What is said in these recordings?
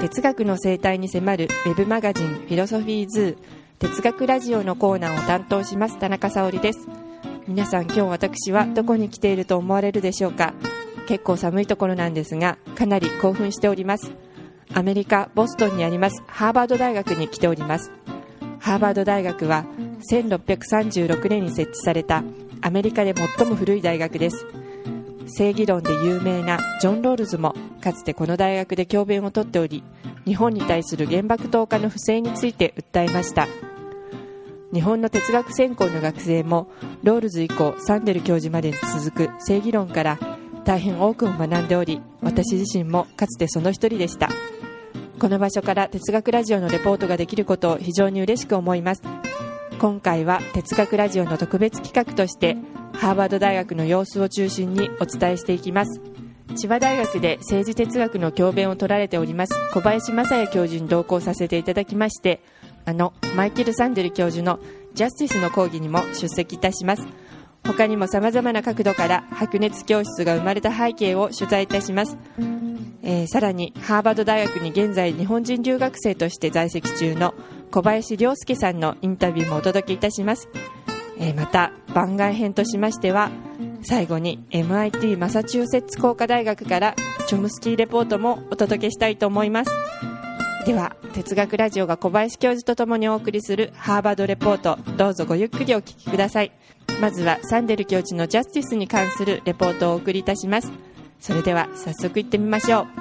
哲学の生態に迫るウェブマガジンフィロソフィーズ哲学ラジオのコーナーを担当します田中沙織です。皆さん、今日私はどこに来ていると思われるでしょうか。結構寒いところなんですが、かなり興奮しております。アメリカ・ボストンにありますハーバード大学に来ております。ハーバード大学は1636年に設置されたアメリカで最も古い大学です。正義論で有名なジョン・ロールズもかつてこの大学で教鞭をとっており、日本に対する原爆投下の不正について訴えました。日本の哲学専攻の学生もロールズ以降サンデル教授までに続く正義論から大変多くを学んでおり、私自身もかつてその一人でした。この場所から哲学ラジオのレポートができることを非常に嬉しく思います。今回は哲学ラジオの特別企画としてハーバード大学の様子を中心にお伝えしていきます。千葉大学で政治哲学の教鞭を取られております小林正也教授に同行させていただきまして、マイケル・サンデル教授のジャスティスの講義にも出席いたします。他にも様々な角度から白熱教室が生まれた背景を取材いたします。さらにハーバード大学に現在日本人留学生として在籍中の小林亮介さんのインタビューもお届けいたします。また番外編としましては、最後に MIT マサチューセッツ工科大学からチョムスキーレポートもお届けしたいと思います。では哲学ラジオが小林教授とともにお送りするハーバードレポート、どうぞごゆっくりお聞きください。まずはサンデル教授のジャスティスに関するレポートをお送りいたします。それでは早速行ってみましょう。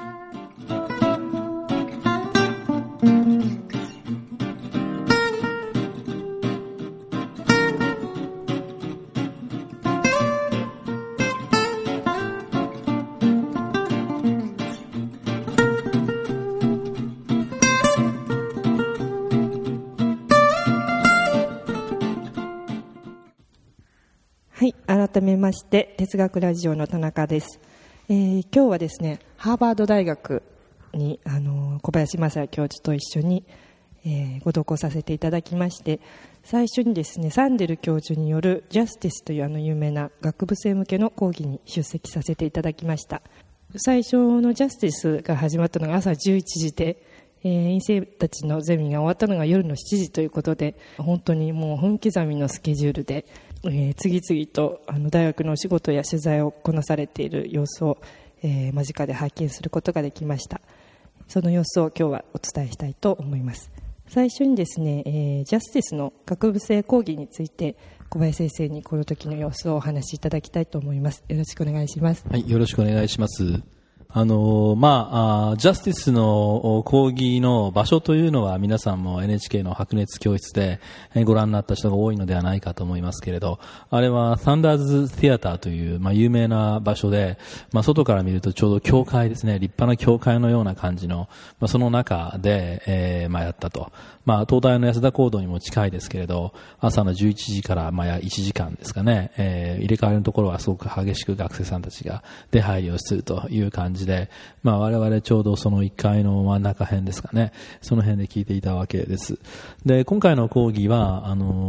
はい、改めまして哲学ラジオの田中です。今日はですね、ハーバード大学に小林正也教授と一緒に、ご同行させていただきまして、最初にですねサンデル教授によるジャスティスという有名な学部生向けの講義に出席させていただきました。最初のジャスティスが始まったのが朝11時で、院生たちのゼミが終わったのが夜の7時ということで、本当にもう分刻みのスケジュールで、次々と大学のお仕事や取材をこなされている様子を、間近で拝見することができました。その様子を今日はお伝えしたいと思います。最初にですね、ジャスティスの学部生講義について小林先生にこの時の様子をお話しいただきたいと思います。よろしくお願いします。 はい、よろしくお願いします。ジャスティスの講義の場所というのは皆さんも NHK の白熱教室でご覧になった人が多いのではないかと思いますけれど、あれはサンダーズ・ティアターという、有名な場所で、外から見るとちょうど教会ですね、立派な教会のような感じの、その中で、やったと。東大の安田講堂にも近いですけれど、朝の11時から1時間ですかね、入れ替わりのところはすごく激しく学生さんたちが出入りをするという感じで、我々ちょうどその1階の真ん中辺ですかね、その辺で聞いていたわけです。で、今回の講義は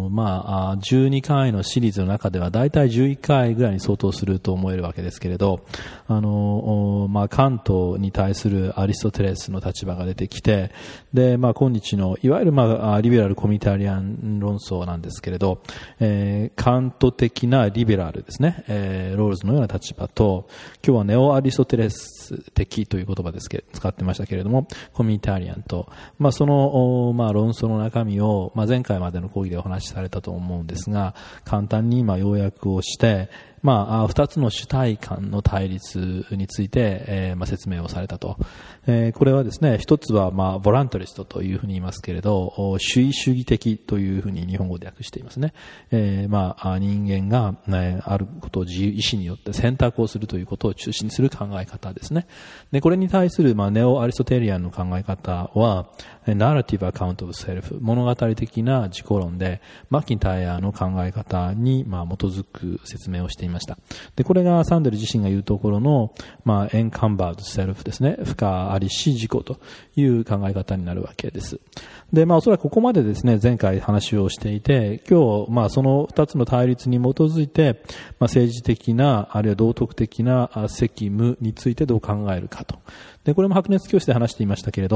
12回のシリーズの中ではだいたい11回ぐらいに相当すると思えるわけですけれど、カントに対するアリストテレスの立場が出てきて、で、今日のいわゆるリベラルコミュニタリアン論争なんですけれど、カント的なリベラルですね、ロールズのような立場と、今日はネオアリストテレス的という言葉ですけど使ってましたけれども、コミュニタリアンと、その論争の中身を、前回までの講義でお話しされたと思うんですが、簡単に要約をして、二つの主体間の対立について、説明をされたと。これはですね、一つはボランタリストというふうに言いますけれど、主義主義的というふうに日本語で訳していますね。人間が、あることを自由意志によって選択をするということを中心にする考え方ですね。で、これに対するネオアリストテリアンの考え方は、ナラティブアカウントオブセルフ、物語的な自己論で、マッキンタイヤの考え方に基づく説明をしていました。で、これがサンデル自身が言うところの、エンカンバードセルフですね。不可ありし自己という考え方になるわけです。で、おそらくここまでですね、前回話をしていて、今日、その二つの対立に基づいて、政治的な、あるいは道徳的な責務についてどう考えるかと。で、これも白熱教室で話していましたけれど、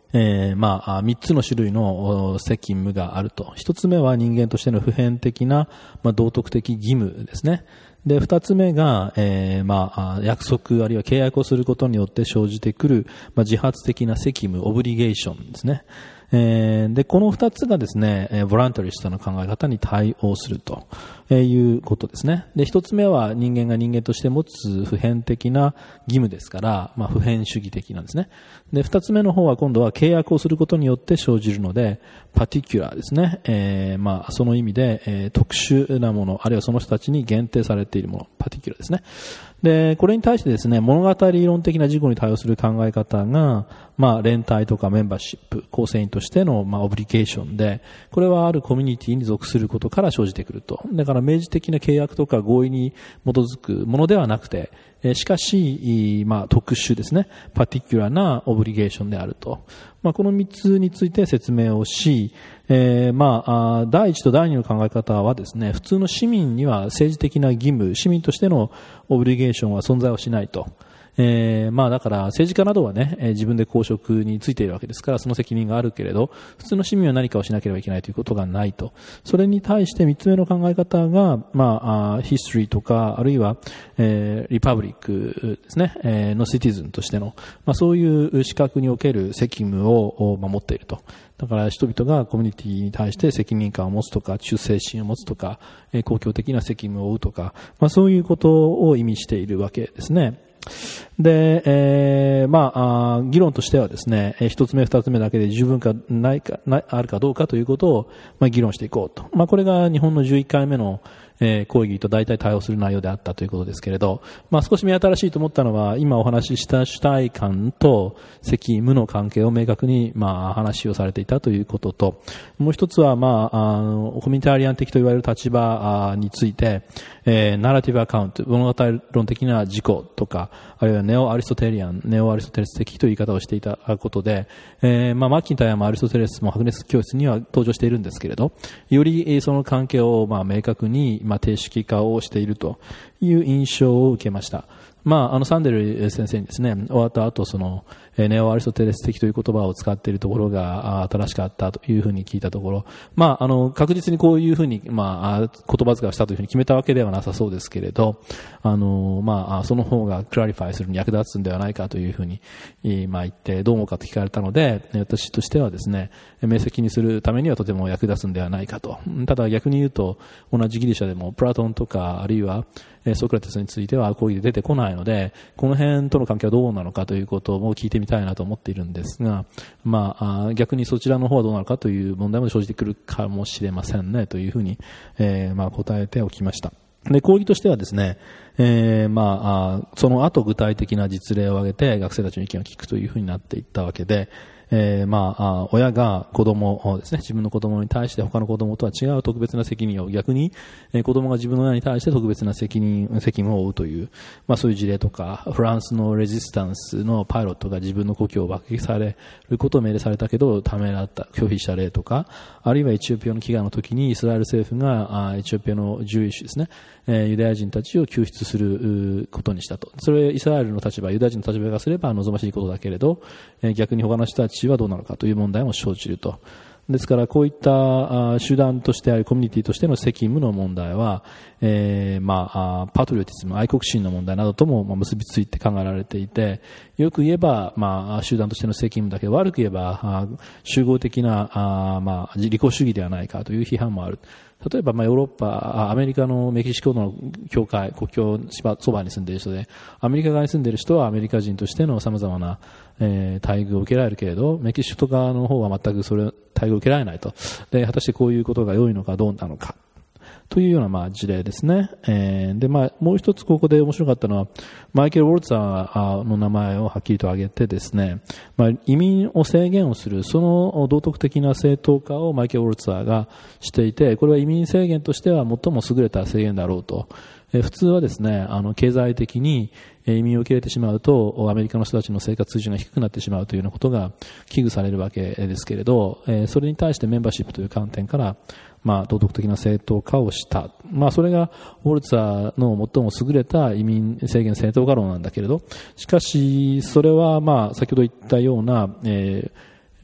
3つの種類の責務があると。1つ目は人間としての普遍的な、道徳的義務ですね。で、2つ目が、約束あるいは契約をすることによって生じてくる、自発的な責務、オブリゲーションですね。で、この2つがですね、ボランタリストの考え方に対応するということですね。で、1つ目は人間が人間として持つ普遍的な義務ですから、普遍主義的なんですね。で、2つ目の方は今度は契約をすることによって生じるので、パティキュラーですね。その意味で、特殊なもの、あるいはその人たちに限定されているもの、パティキュラーですね。で、これに対してですね、物語論的な自己に対応する考え方が、連帯とかメンバーシップ、構成員としての、オブリゲーションで、これはあるコミュニティに属することから生じてくると。だから明示的な契約とか合意に基づくものではなくて、しかし、特殊ですね、パティキュラーなオブリゲーションであると。この3つについて説明をし、第一と第二の考え方はですね、普通の市民には政治的な義務、市民としてのオブリゲーションは存在をしないと。だから政治家などはね、自分で公職についているわけですから、その責任があるけれど、普通の市民は何かをしなければいけないということがないと。それに対して3つ目の考え方が、ヒストリーとか、あるいは、リパブリックですね、のシティズンとしての、そういう資格における責務を守っていると。だから人々がコミュニティに対して責任感を持つとか、忠誠心を持つとか、公共的な責務を負うとか、そういうことを意味しているわけですね。で、議論としてはですね、一つ目二つ目だけで十分かあるかどうかということを、議論していこうと。これが日本の11回目の講義と大体対応する内容であったということですけれど、少し目新しいと思ったのは、今お話しした主体感と責務の関係を明確に、話をされていたということと、もう一つは、コミュニタリアン的と言われる立場について、ナラティブアカウント、物語論的な自己とか、あるいはネオアリストテレス的という言い方をしていたことで、マッキンタイヤもアリストテレスも白熱教室には登場しているんですけれど、よりその関係を明確に定式化をしているという印象を受けました。サンデル先生にですね、終わった後、ネオアリストテレス的という言葉を使っているところが正しかったというふうに聞いたところ、確実にこういうふうに、言葉遣いをしたというふうに決めたわけではなさそうですけれど、その方がクラリファイするに役立つんではないかというふうに、言って、どう思うかと聞かれたので、私としてはですね、明晰にするためにはとても役立つんではないかと。ただ逆に言うと、同じギリシャでもプラトンとか、あるいはソクラテスについては講義で出てこないので、この辺との関係はどうなのかということも聞いてみたいなと思っているんですが、逆にそちらの方はどうなのかという問題も生じてくるかもしれませんねというふうに、答えておきました。で、講義としてはですね、その後具体的な実例を挙げて学生たちの意見を聞くというふうになっていったわけで、親が子供をですね、自分の子供に対して他の子供とは違う特別な責任を、逆に子供が自分の親に対して特別な責務を負うという、そういう事例とか、フランスのレジスタンスのパイロットが自分の故郷を爆撃されることを命令されたけど、ためらった、拒否した例とか、あるいはエチオピアの飢餓の時にイスラエル政府がエチオピアのジュイッシュですね、ユダヤ人たちを救出することにしたと。それはイスラエルの立場、ユダヤ人の立場がすれば望ましいことだけれど、逆に他の人たちはどうなのかという問題も生じると。ですからこういった集団としてあるコミュニティとしての責務の問題は、パトリオティズム、愛国心の問題などとも結びついて考えられていて、よく言えば、集団としての責務だけど、悪く言えば集合的な利己主義ではないかという批判もある。例えば、ヨーロッパ、アメリカのメキシコの境界、国境そばに住んでいる人で、アメリカ側に住んでいる人はアメリカ人としての様々な、待遇を受けられるけれど、メキシコ側の方は全くそれ、待遇を受けられないと。で、果たしてこういうことが良いのかどうなのか。というような事例ですね。で、もう一つここで面白かったのは、マイケル・ウォルツァーの名前をはっきりと挙げてですね、移民を制限をする、その道徳的な正当化をマイケル・ウォルツァーがしていて、これは移民制限としては最も優れた制限だろうと。普通はですね、経済的に移民を受け入れてしまうと、アメリカの人たちの生活水準が低くなってしまうというようなことが危惧されるわけですけれど、それに対してメンバーシップという観点から、道徳的な正当化をした。それがウォルツァーの最も優れた移民制限正当化論なんだけれど、しかし、それは先ほど言ったような、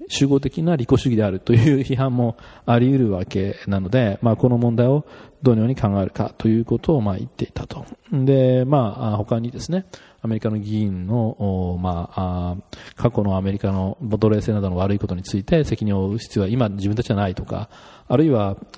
集合的な利己主義であるという批判もあり得るわけなので、この問題をどのように考えるかということを言っていたと。で、他にですね、アメリカの議員の、過去のアメリカの奴隷制などの悪いことについて責任を負う必要は今自分たちはないとか、あるいは、オ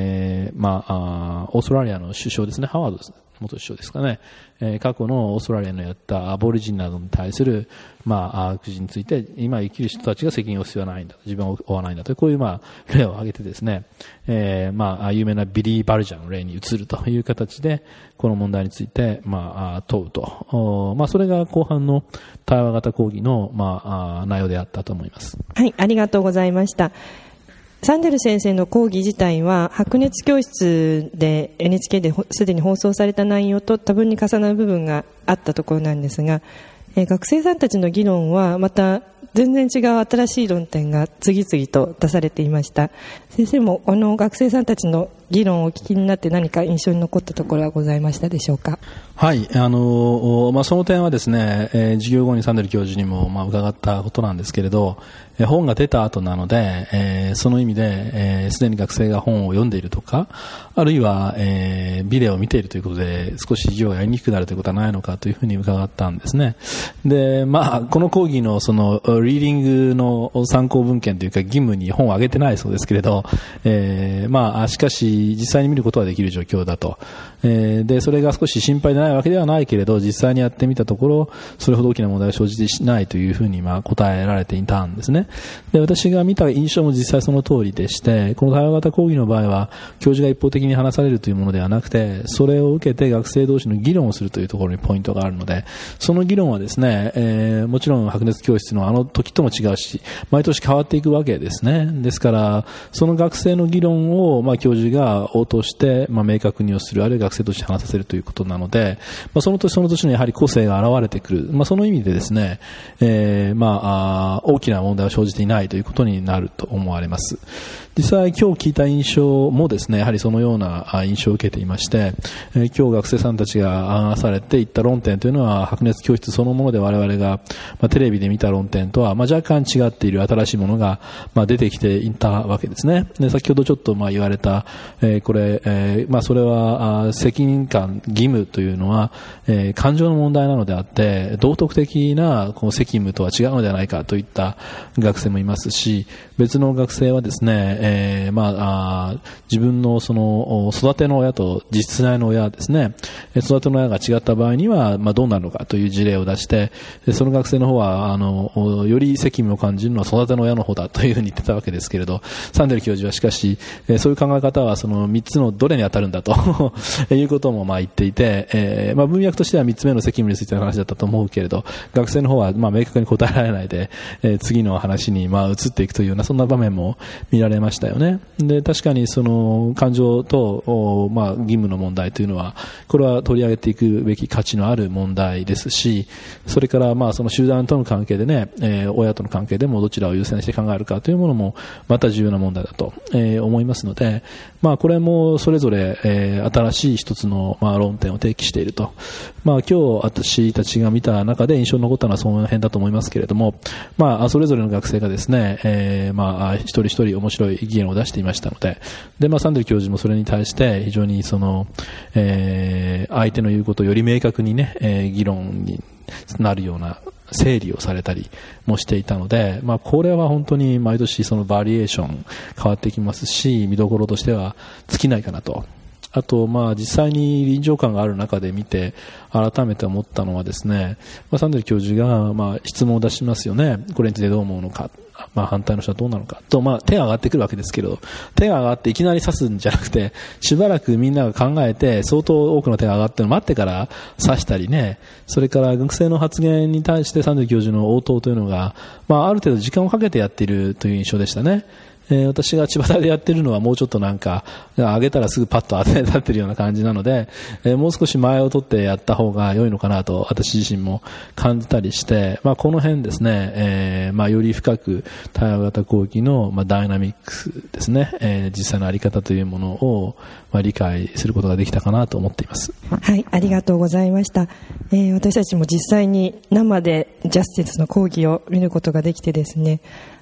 ーストラリアの首相ですね、ハワード元首相ですかね、過去のオーストラリアのやったアボリジンなどに対する、悪事について、今生きる人たちが責任を負う必要はないんだ、自分は負わないんだという、こういう例を挙げてですね、有名なビリー・バルジャーの例に移るという形で、この問題について、問うと。それが後半の対話型講義の、内容であったと思います。 はい、ありがとうございました。サンデル先生の講義自体は白熱教室で NHK ですでに放送された内容と多分に重なる部分があったところなんですが、学生さんたちの議論はまた全然違う新しい論点が次々と出されていました。先生もこの学生さんたちの議論をお聞きになって何か印象に残ったところはございましたでしょうか。 はい、その点はですね、授業後にサンデル教授にも伺ったことなんですけれど、本が出た後なので、その意味で、すでに学生が本を読んでいるとか、あるいは、ビデオを見ているということで少し授業がやりにくくなるということはないのかというふうに伺ったんですね。で、この講義のそのリーディングの参考文献というか義務に本をあげてないそうですけれど、しかし実際に見ることはできる状況だと。で、それが少し心配でないわけではないけれど、実際にやってみたところ、それほど大きな問題が生じていないというふうに答えられていたんですね。で、私が見た印象も実際その通りでして、この対話型講義の場合は、教授が一方的に話されるというものではなくて、それを受けて学生同士の議論をするというところにポイントがあるので、その議論はですね、もちろん白熱教室のあの時とも違うし、毎年変わっていくわけですね。ですから、その学生の議論を、教授が応答して、明確にをする、あるいは学生同士で話させるということなので、その年その年のやはり個性が現れてくる。その意味でですね、大きな問題は生じていないということになると思われます。実際今日聞いた印象もですね、やはりそのような印象を受けていまして、今日学生さんたちが話されていった論点というのは白熱教室そのもので我々が、テレビで見た論点とは、若干違っている新しいものが、出てきていたわけですね。で、先ほどちょっと言われた、これ、それは責任感、義務というのは、感情の問題なのであって、道徳的なこの責務とは違うのではないかといった学生もいますし、別の学生はですね、自分のその育ての親と実質内の親ですね、育ての親が違った場合には、どうなるのかという事例を出して、その学生の方はより責務を感じるのは育ての親の方だというふうに言ってたわけですけれど、サンデル教授はしかし、そういう考え方はその3つのどれに当たるんだということも言っていて、文脈としては3つ目の責務についての話だったと思うけれど、学生の方は明確に答えられないで、次の話に移っていくというようなそんな場面も見られましたよね。で、確かにその感情と義務の問題というのは、これは取り上げていくべき価値のある問題ですし、それからその集団との関係でね、親との関係でもどちらを優先して考えるかというものもまた重要な問題だと、思いますので、これもそれぞれ、新しい一つの論点を提起していると。今日私たちが見た中で印象に残ったのはその辺だと思いますけれども、それぞれの学生がですね、一人一人面白い意見を出していましたので、サンデル教授もそれに対して非常にその、相手の言うことをより明確にね、議論になるような整理をされたりもしていたので、これは本当に毎年そのバリエーション変わってきますし、見どころとしては尽きないかなと。あと、実際に臨場感がある中で見て改めて思ったのはですね、サンデル教授が質問を出しますよね。これについてどう思うのか。反対の人はどうなのかと、手が上がってくるわけですけど、手が上がっていきなり指すんじゃなくて、しばらくみんなが考えて、相当多くの手が上がって待ってから指したりね、それから学生の発言に対してサンデル教授の応答というのが、ある程度時間をかけてやっているという印象でしたね。私が千葉でやってるのはもうちょっと上げたらすぐパッと当て立ってるような感じなので、もう少し前を取ってやった方が良いのかなと私自身も感じたりして、この辺ですね、より深く対話型講義のダイナミックスですね、実際のあり方というものを理解することができたかなと思っています。 はい、ありがとうございました。私たちも実際に生でジャスティスの講義を見ることができてですね、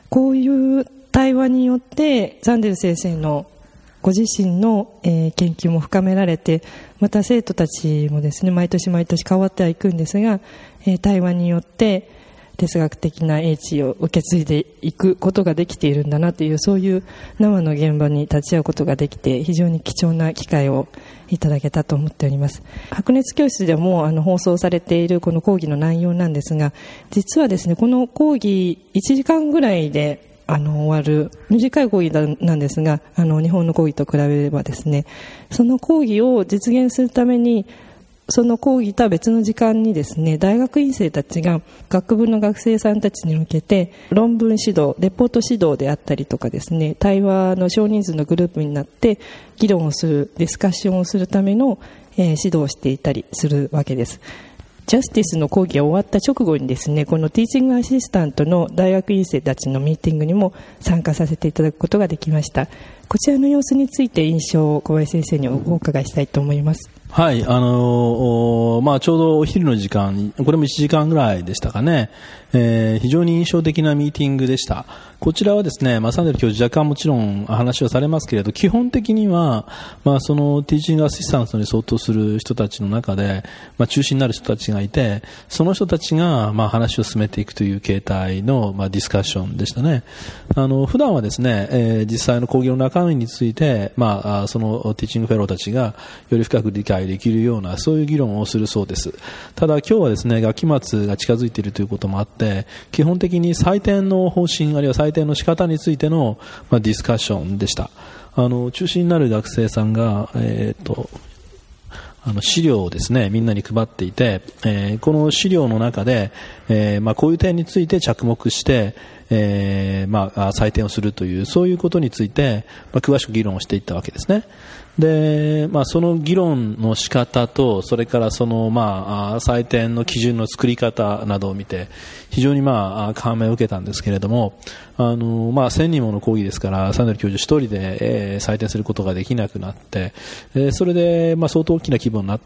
こういう対話によってザンデル先生のご自身の、研究も深められて、また生徒たちもですね、毎年毎年変わってはいくんですが、対話によって哲学的な英知を受け継いでいくことができているんだなという、そういう生の現場に立ち会うことができて、非常に貴重な機会をいただけたと思っております。白熱教室でも放送されているこの講義の内容なんですが、実はですね、この講義1時間ぐらいで終わる短い講義なんですが、日本の講義と比べればですね、その講義を実現するために、その講義とは別の時間にですね、大学院生たちが学部の学生さんたちに向けて論文指導、レポート指導であったりとかですね、対話の少人数のグループになって議論をする、ディスカッションをするための、指導をしていたりするわけです。ジャスティスの講義が終わった直後にですね、このティーチングアシスタントの大学院生たちのミーティングにも参加させていただくことができました。こちらの様子について印象を小林先生にお伺いしたいと思います。 はい、ちょうどお昼の時間、これも1時間ぐらいでしたかね、非常に印象的なミーティングでした。こちらはですね、サンデル教授若干もちろん話はされますけれど、基本的には、そのティーチングアシスタントに相当する人たちの中で、中心になる人たちがいて、その人たちが、話を進めていくという形態の、ディスカッションでしたね。普段はですね、実際の講義の中身について、そのティーチングフェローたちがより深く理解できるような、そういう議論をするそうです。ただ今日はですね、学期末が近づいているということもあって、基本的に採点の方針、あるいは採点の仕方についての、ディスカッションでした。中心になる学生さんが、資料をですね、みんなに配っていて、この資料の中で、こういう点について着目して、採点をするという、そういうことについて、詳しく議論をしていったわけですね。で、その議論の仕方と、それからその、採点の基準の作り方などを見て、非常に感銘を受けたんですけれども、1000人もの講義ですから、サンデル教授一人で、採点することができなくなって、それで、相当大きな規模になって、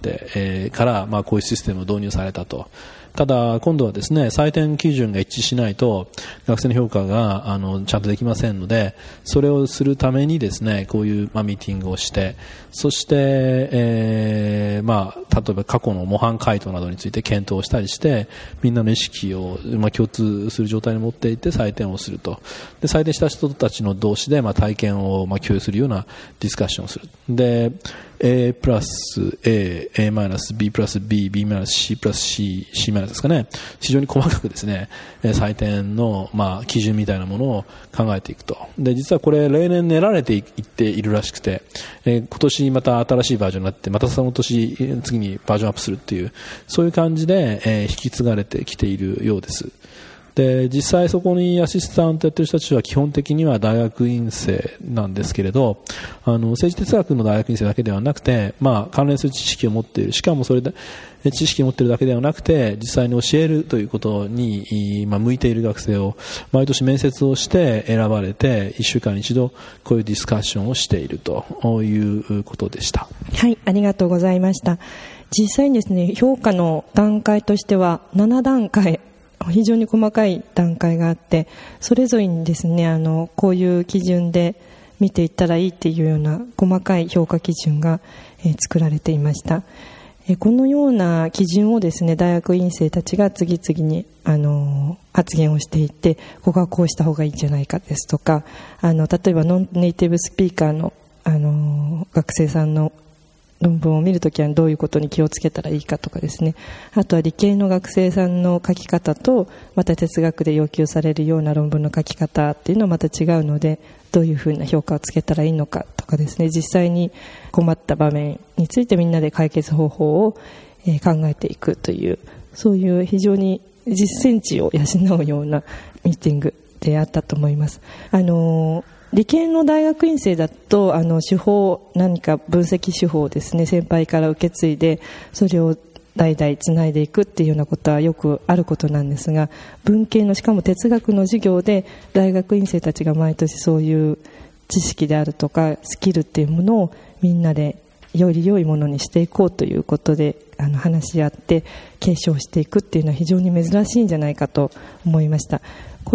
から、こういうシステムを導入されたと。ただ今度はですね、採点基準が一致しないと学生の評価がちゃんとできませんので、それをするためにですね、こういうミーティングをして、そして、例えば過去の模範解答などについて検討したりして、みんなの意識を共通する状態に持っていって採点をすると。で、採点した人たちの同士で体験を共有するようなディスカッションをする。で、A プラス A、A マイナス B プラス B、B マイナス C プラス C、C マイナスですかね。非常に細かくですね、採点の基準みたいなものを考えていくと。で、実はこれ例年練られていっているらしくて、今年また新しいバージョンになって、またその年次にバージョンアップするっていう、そういう感じで、引き継がれてきているようです。で、実際そこにアシスタントやってる人たちは基本的には大学院生なんですけれど、政治哲学の大学院生だけではなくて、関連する知識を持っている、しかもそれで知識を持っているだけではなくて、実際に教えるということに、向いている学生を毎年面接をして選ばれて、1週間に一度こういうディスカッションをしているということでした。 はい、ありがとうございました。実際にですね、評価の段階としては7段階、非常に細かい段階があって、それぞれにですね、こういう基準で見ていったらいいっていうような細かい評価基準が、作られていました。このような基準をですね、大学院生たちが次々に発言をしていって、ここはこうした方がいいんじゃないかですとか、例えばノンネイティブスピーカーの学生さんの論文を見るときはどういうことに気をつけたらいいかとかですね、あとは理系の学生さんの書き方とまた哲学で要求されるような論文の書き方っていうのはまた違うので、どういうふうな評価をつけたらいいのかとかですね、実際に困った場面についてみんなで解決方法を考えていくという、そういう非常に実践値を養うようなミーティングであったと思います。理系の大学院生だと手法、何か分析手法をですね、先輩から受け継いでそれを代々つないでいくっていうようなことはよくあることなんですが、文系のしかも哲学の授業で大学院生たちが毎年そういう知識であるとかスキルっていうものをみんなでより良いものにしていこうということで話し合って継承していくっていうのは非常に珍しいんじゃないかと思いました。これ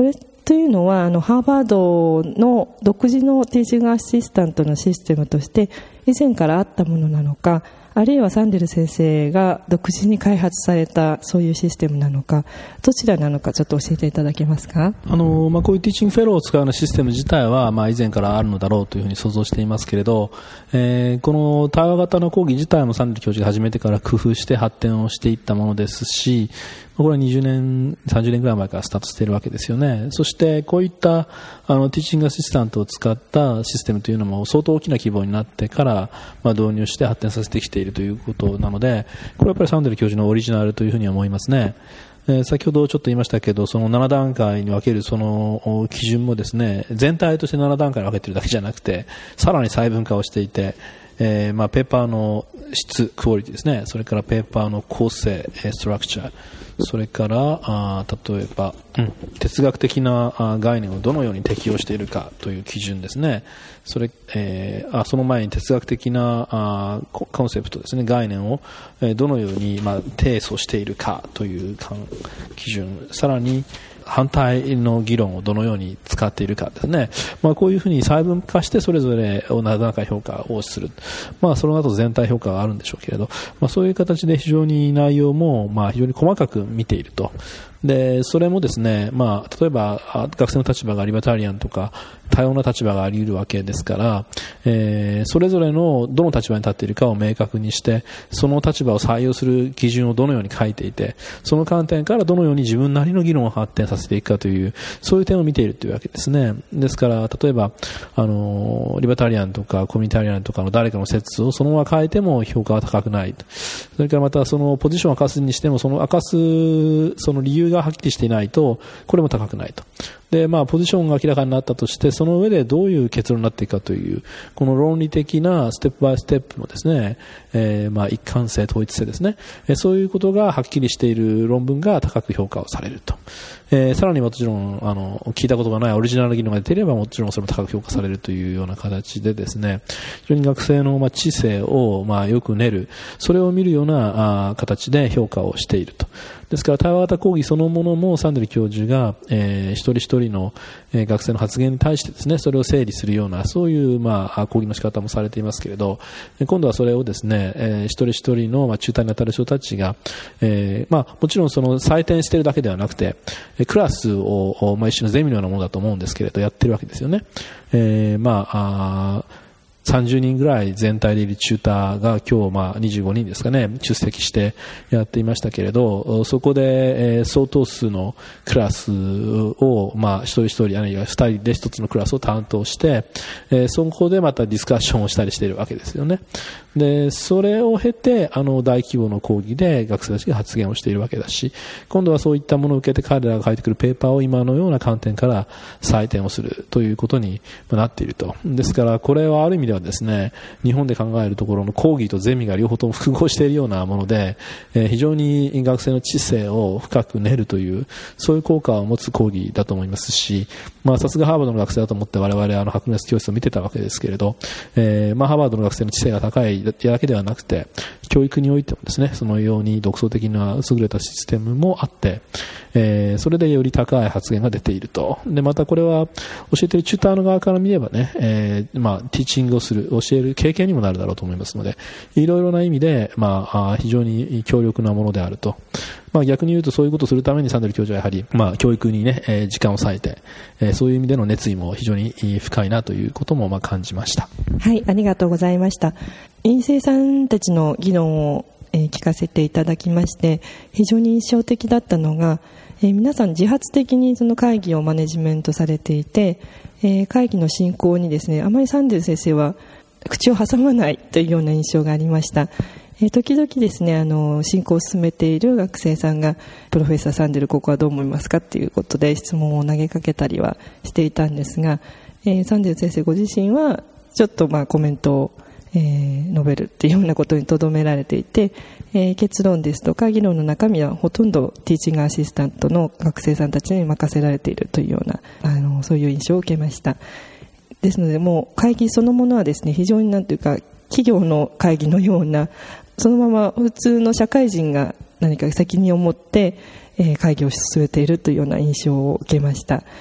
というのはハーバードの独自のティーチングアシスタントのシステムとして以前からあったものなのか、あるいはサンデル先生が独自に開発されたそういうシステムなのか、どちらなのかちょっと教えていただけますか。 こういうティーチングフェローを使うようなシステム自体は、以前からあるのだろうというふうに想像していますけれど、この対話型の講義自体もサンデル教授が始めてから工夫して発展をしていったものですし、これは20年、30年ぐらい前からスタートしているわけですよね。そしてこういったティーチングアシスタントを使ったシステムというのも相当大きな規模になってから導入して発展させてきているということなので、これはやっぱりサンデル教授のオリジナルというふうに思いますね。先ほどちょっと言いましたけど、その7段階に分けるその基準もですね、全体として7段階に分けているだけじゃなくて、さらに細分化をしていて、ペーパーの質、クオリティですね、それからペーパーの構成、ストラクチャー、それから例えば、哲学的な概念をどのように適用しているかという基準ですね。その前に哲学的なコンセプトですね、概念をどのように提訴しているかという基準、さらに反対の議論をどのように使っているかですね。こういうふうに細分化してそれぞれを7段階評価をする。その後全体評価があるんでしょうけれど、そういう形で非常に内容も非常に細かく見ていると。で、それもですね、例えば学生の立場がリバタリアンとか多様な立場があり得るわけですから、それぞれのどの立場に立っているかを明確にして、その立場を採用する基準をどのように書いていて、その観点からどのように自分なりの議論を発展させていくかという、そういう点を見ているというわけですね。ですから、例えばリバタリアンとかコミュニタリアンとかの誰かの説をそのまま変えても評価は高くないと。それからまたそのポジションを明かすにしても、その明かすその理由がはっきりしていないと、これも高くないと。で、ポジションが明らかになったとして、その上でどういう結論になっていくかという、この論理的なステップバイステップのですね、一貫性、統一性ですね、そういうことがはっきりしている論文が高く評価をされると。さらにもちろん聞いたことがないオリジナル議論が出ていればもちろんそれも高く評価されるというような形でですね、非常に学生の知性をよく練る、それを見るような形で評価をしていると。ですから対話型講義そのものもサンデル教授が一人一人の学生の発言に対してですね、それを整理するようなそういう講義の仕方もされていますけれど、今度はそれをですね、一人一人の中退にあたる人たちがもちろんその採点しているだけではなくて、クラスを一種のゼミのようなものだと思うんですけれど、やってるわけですよね。30人ぐらい全体でいるチューターが今日25人ですかね、出席してやっていましたけれど、そこで相当数のクラスを一人一人あるいは2人で一つのクラスを担当して、そこでまたディスカッションをしたりしているわけですよね。で、それを経て大規模の講義で学生たちが発言をしているわけだし、今度はそういったものを受けて彼らが書いてくるペーパーを今のような観点から採点をするということになっていると。ですからこれはある意味ではですね、日本で考えるところの講義とゼミが両方とも複合しているようなもので、非常に学生の知性を深く練るというそういう効果を持つ講義だと思いますし、さすがハーバードの学生だと思って我々白熱教室を見てたわけですけれど、ハーバードの学生の知性が高いだけではなくて、教育においてもですね、そのように独創的な優れたシステムもあって、それでより高い発言が出ていると。で、またこれは教えているチューターの側から見ればね、ティーチングをする、教える経験にもなるだろうと思いますので、いろいろな意味で、非常に強力なものであると。逆に言うとそういうことをするためにサンデル教授はやはり、教育にね、時間を割いて、そういう意味での熱意も非常に深いなということも感じました。 はい、ありがとうございました。院生さんたちの議論を聞かせていただきまして、非常に印象的だったのが、皆さん自発的にその会議をマネジメントされていて、会議の進行にですね、あまりサンデル先生は口を挟まないというような印象がありました。時々ですね、進行を進めている学生さんがプロフェッサーサンデルここはどう思いますかということで質問を投げかけたりはしていたんですが、サンデル先生ご自身はちょっとコメントを述べるというようなことにとどめられていて、結論ですとか議論の中身はほとんどティーチングアシスタントの学生さんたちに任せられているというようなそういう印象を受けました。ですのでもう会議そのものはですね、非常になんていうか企業の会議のような、そのまま普通の社会人が何か責任を持って会議を進めているというような印象を受けました。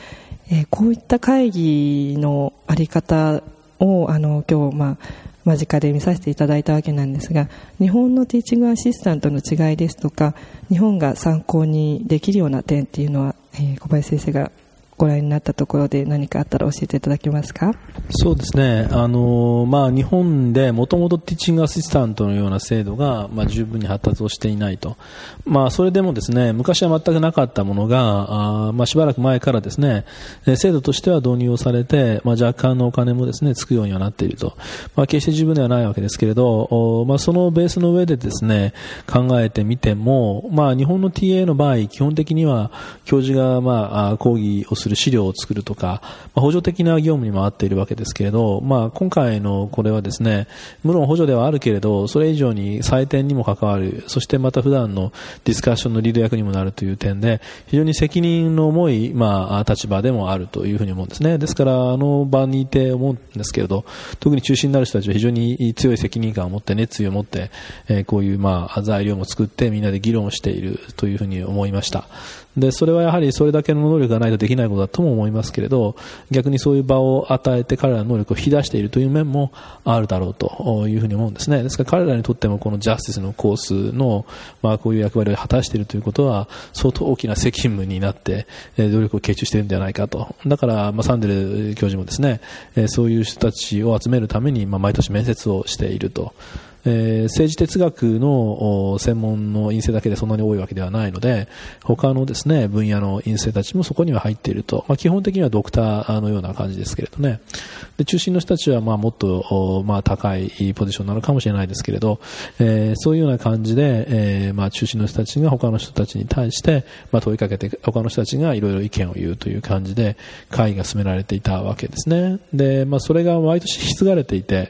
こういった会議のあり方を今日、間近で見させていただいたわけなんですが、日本のティーチングアシスタントの違いですとか、日本が参考にできるような点っていうのは、小林先生がご覧になったところで何かあったら教えていただけますか？ そうですね。日本でもともとティーチングアシスタントのような制度が、十分に発達をしていないと。それでもですね、昔は全くなかったものが、しばらく前からですね、制度としては導入をされて、若干のお金もですね、つくようにはなっていると。決して十分ではないわけですけれど、そのベースの上でですね、考えてみても、日本の TA の場合、基本的には教授が講義をする資料を作るとか、補助的な業務に回っているわけですけれど、今回のこれはですね、無論補助ではあるけれど、それ以上に採点にも関わる、そしてまた普段のディスカッションのリード役にもなるという点で、非常に責任の重い、立場でもあるというふうに思うんですね。ですから、場にいて思うんですけれど、特に中心になる人たちは非常に強い責任感を持って、熱意を持って、こういう材料も作ってみんなで議論をしているというふうに思いました。で、それはやはりそれだけの能力がないとできないことだとも思いますけれど、逆にそういう場を与えて彼らの能力を引き出しているという面もあるだろうというふうに思うんですね。ですから彼らにとってもこのジャスティスのコースの、こういう役割を果たしているということは相当大きな責務になって、努力を傾注しているんではないかと。だから、サンデル教授もですね、そういう人たちを集めるために、毎年面接をしていると。政治哲学の専門の院生だけでそんなに多いわけではないので、他のですね、分野の院生たちもそこには入っていると。基本的にはドクターのような感じですけれどね。で、中心の人たちはもっと高いポジションなのかもしれないですけれど、そういうような感じで、中心の人たちが他の人たちに対して、問いかけて、他の人たちがいろいろ意見を言うという感じで会議が進められていたわけですね。で、それが毎年引き継がれていて、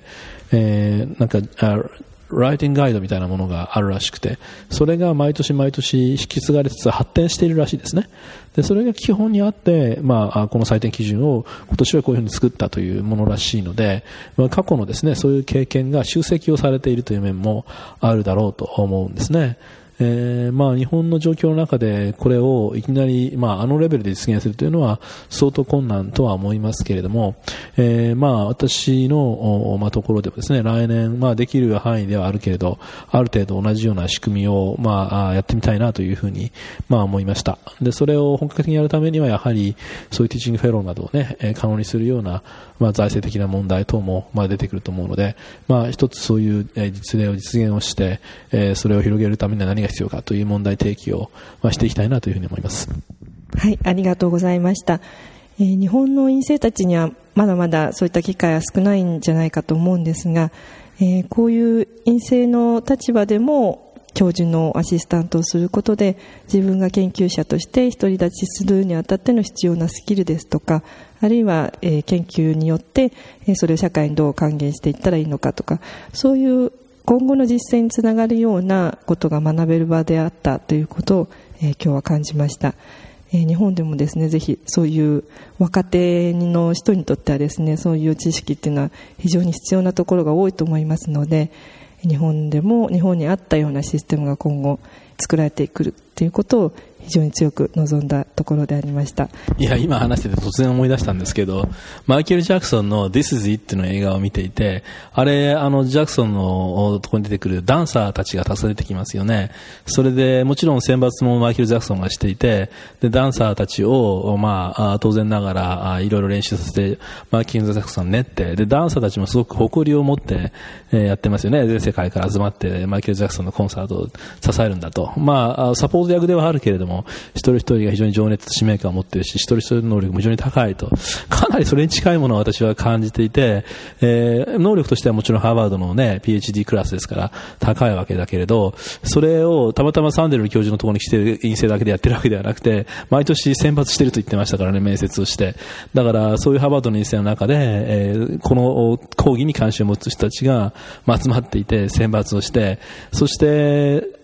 ライティングガイドみたいなものがあるらしくて、それが毎年毎年引き継がれつつ発展しているらしいですね。で、それが基本にあって、この採点基準を今年はこういうふうに作ったというものらしいので、過去のですね、そういう経験が集積をされているという面もあるだろうと思うんですね。日本の状況の中でこれをいきなり、レベルで実現するというのは相当困難とは思いますけれども、私の、ところでもですね、来年、できる範囲ではあるけれど、ある程度同じような仕組みを、やってみたいなというふうに、思いました。で、それを本格的にやるためにはやはり、そういうティーチングフェローなどをね、可能にするような、財政的な問題等も、出てくると思うので、一つそういう実例を実現をして、それを広げるためには何が必要かという問題提起をしていきたいなというふうに思います。 はい、ありがとうございました。日本の院生たちにはまだまだそういった機会は少ないんじゃないかと思うんですが、こういう院生の立場でも教授のアシスタントをすることで自分が研究者として独り立ちするにあたっての必要なスキルですとか、あるいは研究によってそれを社会にどう還元していったらいいのかとか、そういう今後の実践につながるようなことが学べる場であったということを、今日は感じました。日本でもですね、ぜひそういう若手の人にとってはですね、そういう知識っていうのは非常に必要なところが多いと思いますので、日本でも日本に合ったようなシステムが今後作られてくるということを非常に強く望んだところでありました。 いや、今話してて突然思い出したんですけど、マイケル・ジャクソンの This is It の映画を見ていて、あれ、ジャクソンのところに出てくるダンサーたちがたくさん出てきますよね。それで、もちろん選抜もマイケル・ジャクソンがしていて、で、ダンサーたちを、当然ながら、いろいろ練習させて、マイケル・ジャクソン練って、で、ダンサーたちもすごく誇りを持って、やってますよね。全世界から集まって、マイケル・ジャクソンのコンサートを支えるんだと。サポート役ではあるけれども、一人一人が非常に情熱と使命感を持っているし、一人一人の能力も非常に高いと。かなりそれに近いものを私は感じていて、能力としてはもちろんハーバードのね、PhD クラスですから高いわけだけれど、それをたまたまサンデル教授のところに来ている院生だけでやってるわけではなくて、毎年選抜していると言ってましたからね、面接をして。だからそういうハーバードの院生の中で、この講義に関心を持つ人たちが集まっていて選抜をして、そして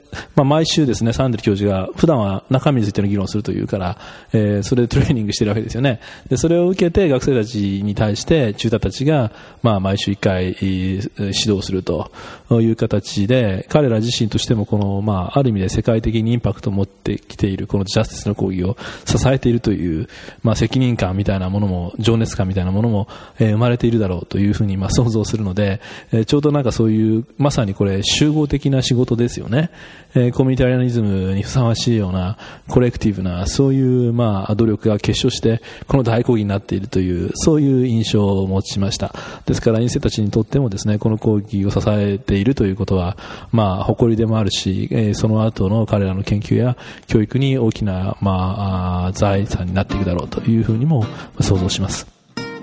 毎週ですね、サンデル教授が普段は中身についての議論をするというから、それでトレーニングしているわけですよね。で、それを受けて学生たちに対してチューターたちが、毎週1回指導するという形で、彼ら自身としてもこの、ある意味で世界的にインパクトを持ってきているこのジャスティスの講義を支えているという、責任感みたいなものも、情熱感みたいなものも、生まれているだろうというふうに想像するので、ちょうどなんかそういうまさにこれ集合的な仕事ですよね。コミュニタリアニズムにふさわしいようなコレクティブなそういう努力が結晶してこの大講義になっているというそういう印象を持ちました。ですから院生たちにとってもですね、この講義を支えているということは誇りでもあるし、その後の彼らの研究や教育に大きな財産になっていくだろうというふうにも想像します。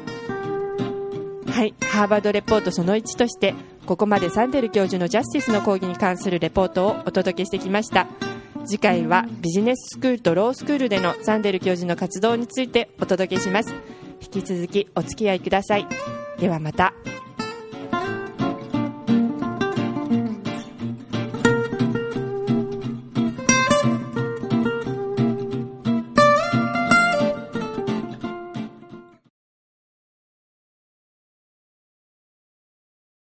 はい、ハーバードレポートその1としてここまでサンデル教授のジャスティスの講義に関するレポートをお届けしてきました。次回はビジネススクールとロースクールでのサンデル教授の活動についてお届けします。引き続きお付き合いください。ではまた。